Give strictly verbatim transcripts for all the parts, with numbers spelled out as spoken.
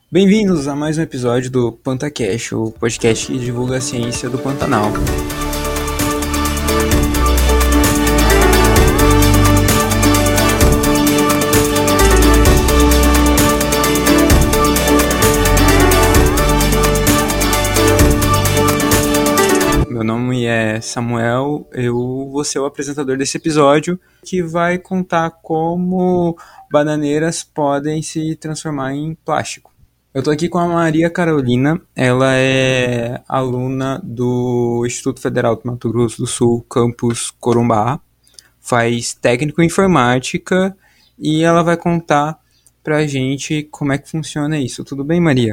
Bem-vindos a mais um episódio do PantaCast, o podcast que divulga a ciência do Pantanal. Meu nome é Samuel, eu vou ser o apresentador desse episódio, que vai contar como bananeiras podem se transformar em plástico. Eu tô aqui com a Maria Carolina, ela é aluna do Instituto Federal do Mato Grosso do Sul, campus Corumbá, faz técnico em informática e ela vai contar pra gente como é que funciona isso. Tudo bem, Maria?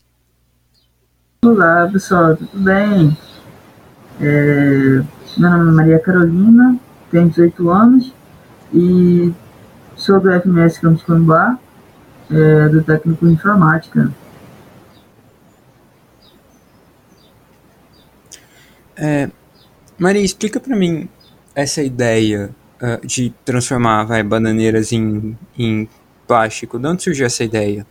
Olá, pessoal, tudo bem? É, meu nome é Maria Carolina, tenho dezoito anos e sou do F M S Campus Corumbá, é, do técnico em informática. É, Maria, explica pra mim essa ideia uh, de transformar vai, bananeiras em, em plástico. De onde surgiu essa ideia?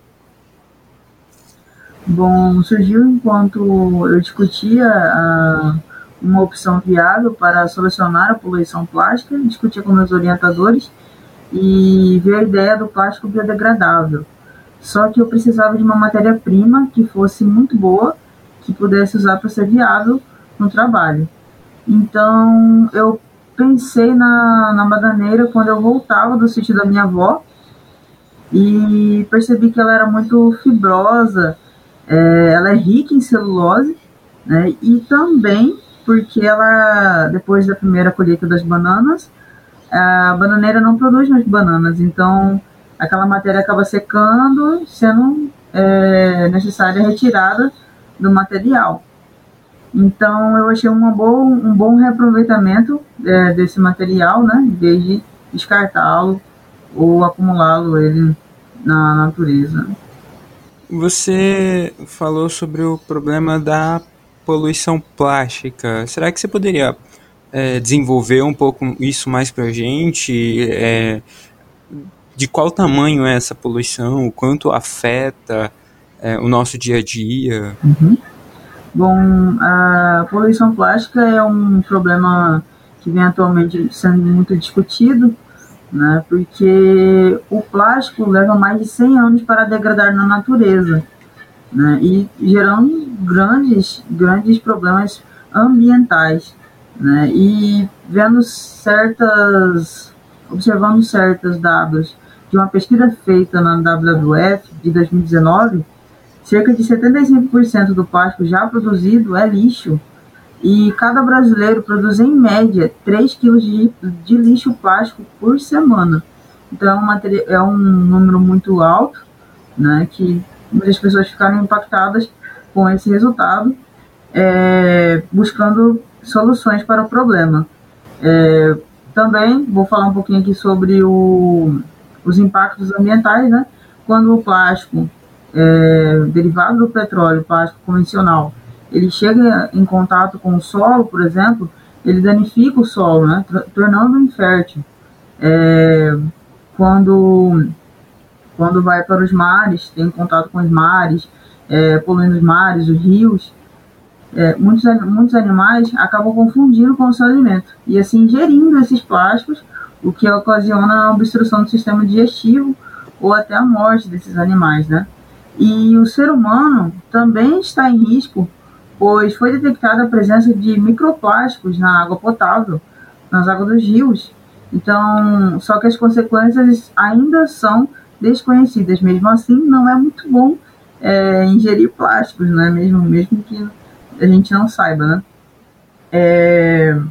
Bom, surgiu enquanto eu discutia a, uma opção viável para solucionar a poluição plástica, discutia com meus orientadores e veio a ideia do plástico biodegradável. Só que eu precisava de uma matéria-prima que fosse muito boa, que pudesse usar para ser viável no trabalho. Então eu pensei na, na bananeira quando eu voltava do sítio da minha avó e percebi que ela era muito fibrosa, é, ela é rica em celulose, né, e também porque ela, depois da primeira colheita das bananas, a bananeira não produz mais bananas, então aquela matéria acaba secando, sendo é, necessária a retirada do material. Então eu achei uma boa, um bom reaproveitamento é, desse material, né, em vez de descartá-lo ou acumulá-lo ele na natureza. Você falou sobre o problema da poluição plástica. Será que você poderia é, desenvolver um pouco isso mais pra gente? É, de qual tamanho é essa poluição? O quanto afeta é, o nosso dia a dia? Uhum. Bom, a poluição plástica é um problema que vem atualmente sendo muito discutido, né, porque o plástico leva mais de cem anos para degradar na natureza, né, e gerando grandes, grandes problemas ambientais, né, e vendo certas, observando certos dados de uma pesquisa feita na W W F de dois mil e dezenove, cerca de setenta e cinco por cento do plástico já produzido é lixo, e cada brasileiro produz em média três quilos de, de lixo plástico por semana. Então é um, materi- é um número muito alto, né, que muitas pessoas ficaram impactadas com esse resultado, é, buscando soluções para o problema. É, também vou falar um pouquinho aqui sobre o, os impactos ambientais, né? Quando o plástico é, derivado do petróleo, plástico convencional, ele chega em contato com o solo, por exemplo, ele danifica o solo, né? Tornando infértil. É, quando, quando vai para os mares, tem contato com os mares, é, poluindo os mares, os rios, é, muitos, muitos animais acabam confundindo com o seu alimento e assim ingerindo esses plásticos, o que ocasiona a obstrução do sistema digestivo ou até a morte desses animais, né? E o ser humano também está em risco, pois foi detectada a presença de microplásticos na água potável, nas águas dos rios. Então, só que as consequências ainda são desconhecidas. Mesmo assim, não é muito bom é, ingerir plásticos, né? Mesmo, mesmo que a gente não saiba, né? É,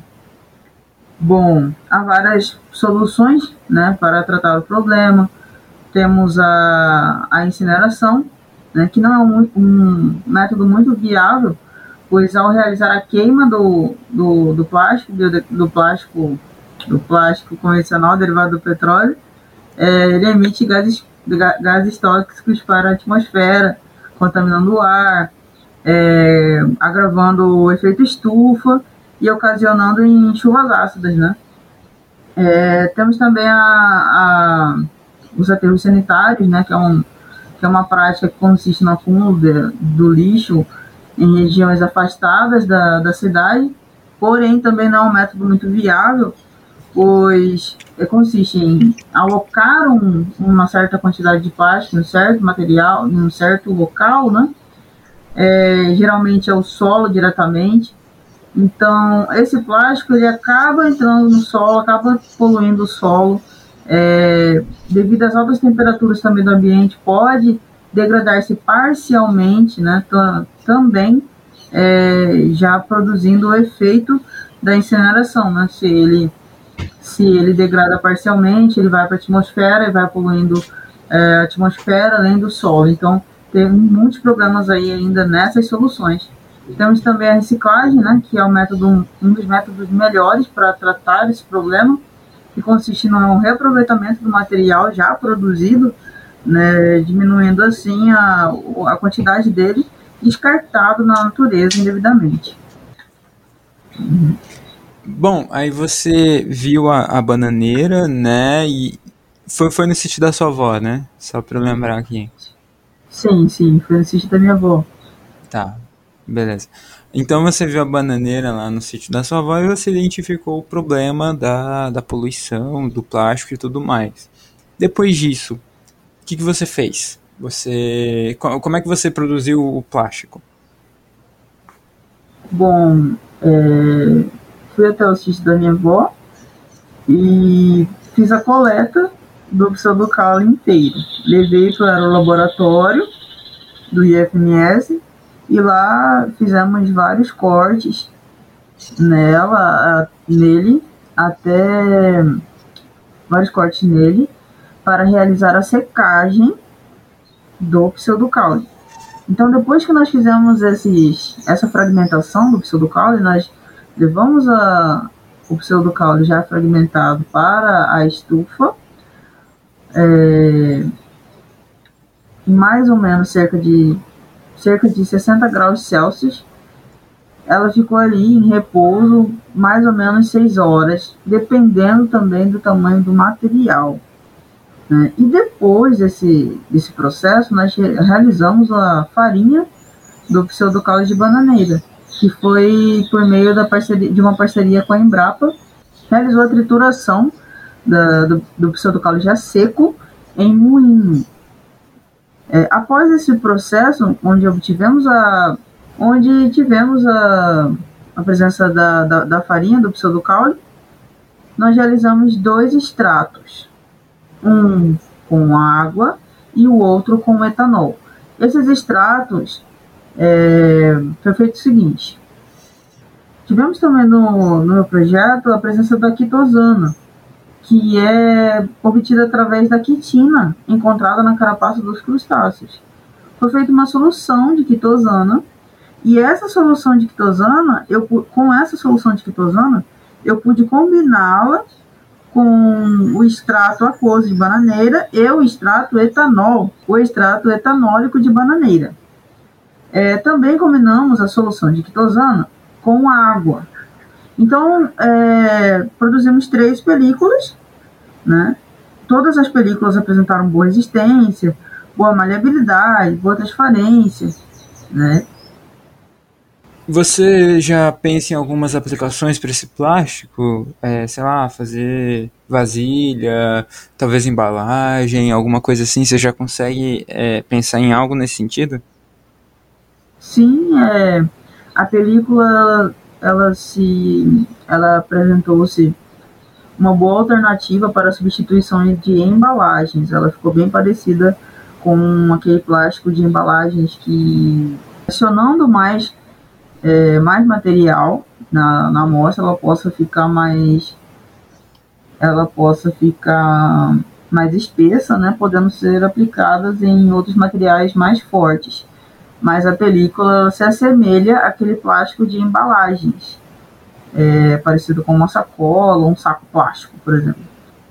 bom, há várias soluções, né, para tratar o problema. Temos a, a incineração, né, que não é um, um método muito viável, pois ao realizar a queima do, do, do plástico, do, do plástico, do plástico convencional derivado do petróleo, é, ele emite gases, gases tóxicos para a atmosfera, contaminando o ar, é, agravando o efeito estufa e ocasionando em chuvas ácidas, né? É, temos também a, a, os aterros sanitários, né, que é um, que é uma prática que consiste no acúmulo de, do lixo em regiões afastadas da, da cidade, porém também não é um método muito viável, pois consiste em alocar um, uma certa quantidade de plástico em um certo material, em um certo local, né? É, geralmente é o solo diretamente. Então, esse plástico ele acaba entrando no solo, acaba poluindo o solo, é, devido às altas temperaturas também do ambiente, pode degradar-se parcialmente, né, t- também é, já produzindo o efeito da incineração, né, se ele, se ele degrada parcialmente, ele vai para a atmosfera e vai poluindo é, a atmosfera além do solo. Então, tem muitos problemas aí ainda nessas soluções. Temos também a reciclagem, né, que é um, método, um dos métodos melhores para tratar esse problema, que consiste no reaproveitamento do material já produzido, né, diminuindo assim a, a quantidade dele descartado na natureza indevidamente. Bom, aí você viu a, a bananeira, né, e foi, foi no sítio da sua avó, né? Só para eu lembrar aqui. Sim, sim, foi no sítio da minha avó. Tá, beleza. Então você viu a bananeira lá no sítio da sua avó e você identificou o problema da, da poluição, do plástico e tudo mais. Depois disso, o que, que você fez? Você, como é que você produziu o plástico? Bom, é, fui até o sítio da minha avó e fiz a coleta do pseudocaule inteiro. Levei para o laboratório do I F M S e lá fizemos vários cortes nela, nele, até vários cortes nele, para realizar a secagem do pseudocaule. Então, depois que nós fizemos esses, essa fragmentação do pseudocaule, nós levamos a, o pseudocaule já fragmentado para a estufa, é, em mais ou menos cerca de, cerca de sessenta graus Celsius. Ela ficou ali em repouso mais ou menos seis horas, dependendo também do tamanho do material. Né? E depois desse, desse processo, nós realizamos a farinha do pseudocaule de bananeira, que foi por meio da parceria, de uma parceria com a Embrapa, realizou a trituração da, do, do pseudocaule já seco em moinho. É, após esse processo, onde obtivemos a, onde tivemos a, a presença da, da, da farinha do pseudocaule, nós realizamos dois extratos, um com água e o outro com etanol. Esses extratos é, foi feito o seguinte: tivemos também no, no meu projeto a presença da quitosana, que é obtida através da quitina encontrada na carapaça dos crustáceos. Foi feita uma solução de quitosana e essa solução de quitosana, eu, com essa solução de quitosana, eu pude combiná-la com o extrato aquoso de bananeira e o extrato etanol, o extrato etanólico de bananeira. É, também combinamos a solução de quitosana com água. Então, é, produzimos três películas, né? Todas as películas apresentaram boa resistência, boa maleabilidade, boa transparência, né? Você já pensa em algumas aplicações para esse plástico? É, sei lá, fazer vasilha, talvez embalagem, alguma coisa assim? Você já consegue é, pensar em algo nesse sentido? Sim, é, a película ela se, ela apresentou-se uma boa alternativa para a substituição de embalagens. Ela ficou bem parecida com aquele plástico de embalagens que, adicionando mais É, mais material na, na amostra, ela possa ficar mais ela possa ficar mais espessa, né, podendo ser aplicadas em outros materiais mais fortes. Mas a película se assemelha àquele plástico de embalagens, é, parecido com uma sacola ou um saco plástico, por exemplo.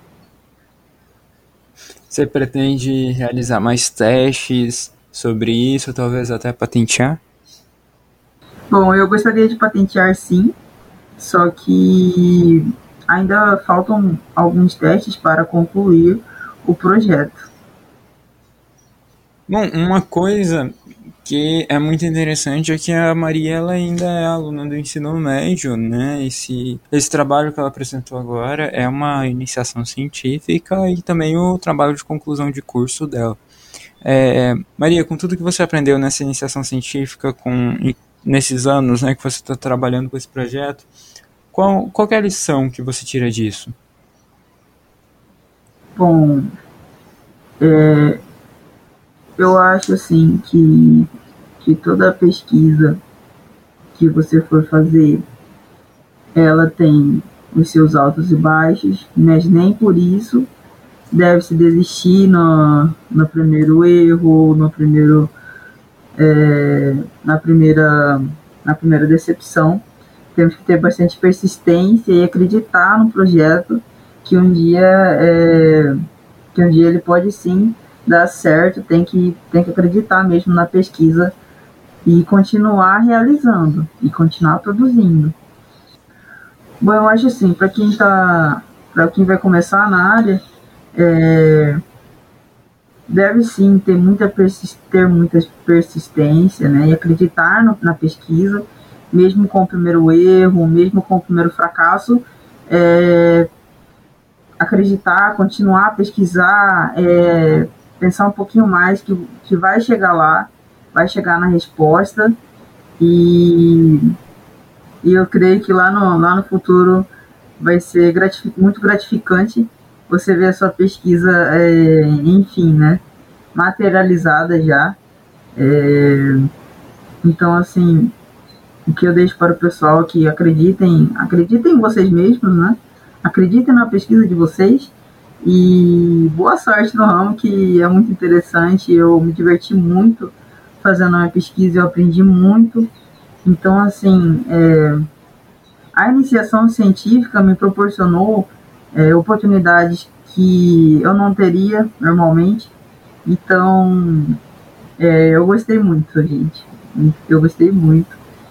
Você pretende realizar mais testes sobre isso, talvez até patentear? Bom, eu gostaria de patentear sim, só que ainda faltam alguns testes para concluir o projeto. Bom, uma coisa que é muito interessante é que a Maria ela ainda é aluna do ensino médio, né? Esse, esse trabalho que ela apresentou agora é uma iniciação científica e também o trabalho de conclusão de curso dela. É, Maria, com tudo que você aprendeu nessa iniciação científica, com nesses anos, né, que você está trabalhando com esse projeto, qual, qual é a lição que você tira disso? Bom, é, eu acho assim que, que toda pesquisa que você for fazer, ela tem os seus altos e baixos, mas nem por isso deve-se desistir no, no primeiro erro, no primeiro, é, na, primeira, na primeira decepção. Temos que ter bastante persistência e acreditar no projeto que um dia, é, que um dia ele pode sim dar certo, tem que, tem que acreditar mesmo na pesquisa e continuar realizando e continuar produzindo. Bom, eu acho assim, para quem tá, para quem vai começar na área, é, deve sim ter muita, persist, ter muita persistência, né, e acreditar no, na pesquisa, mesmo com o primeiro erro, mesmo com o primeiro fracasso, é, acreditar, continuar a pesquisar, é, pensar um pouquinho mais que, que vai chegar lá, vai chegar na resposta e, e eu creio que lá no, lá no futuro vai ser gratific, muito gratificante você ver a sua pesquisa, é, enfim, né, materializada já. É, então, assim, o que eu deixo para o pessoal é que acreditem, acreditem em vocês mesmos, né? Acreditem na pesquisa de vocês e boa sorte no ramo, que é muito interessante. Eu me diverti muito fazendo a pesquisa, eu aprendi muito. Então, assim, é, a iniciação científica me proporcionou é, oportunidades que eu não teria normalmente. Então, é, eu gostei muito, gente. Eu gostei muito.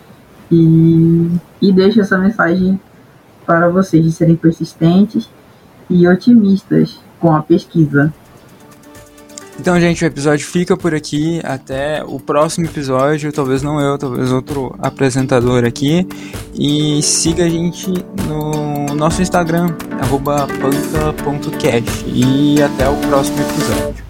E, e deixo essa mensagem para vocês de serem persistentes e otimistas com a pesquisa. Então, gente, o episódio fica por aqui. Até o próximo episódio. Talvez não eu, talvez outro apresentador aqui. E siga a gente no nosso Instagram, arroba panta ponto cash. E até o próximo episódio.